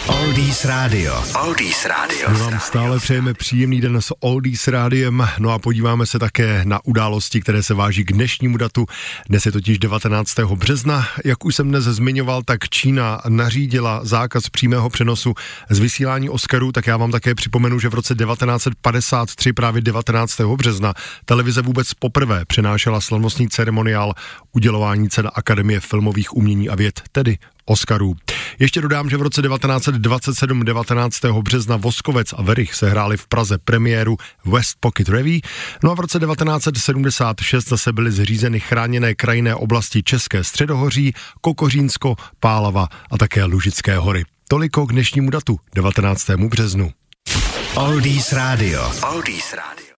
Oldies Radio. Oldies Radio. My vám stále přejeme příjemný den s Oldies Rádiem, no a podíváme se také na události, které se váží k dnešnímu datu. Dnes je totiž 19. března. Jak už jsem dnes zmiňoval, tak Čína nařídila zákaz přímého přenosu z vysílání Oscarů, tak já vám také připomenu, že v roce 1953, právě 19. března, televize vůbec poprvé přenášela slavnostní ceremoniál udělování cen Akademie filmových umění a věd, tedy Oscarů. Ještě dodám, že v roce 1927, 19. března Voskovec a Werich se hráli v Praze premiéru West Pocket Revue, no a v roce 1976 zase byly zřízeny chráněné krajinné oblasti České středohoří, Kokořínsko, Pálava a také Lužické hory. Toliko k dnešnímu datu, 19. březnu. Oldies Radio. Oldies Radio.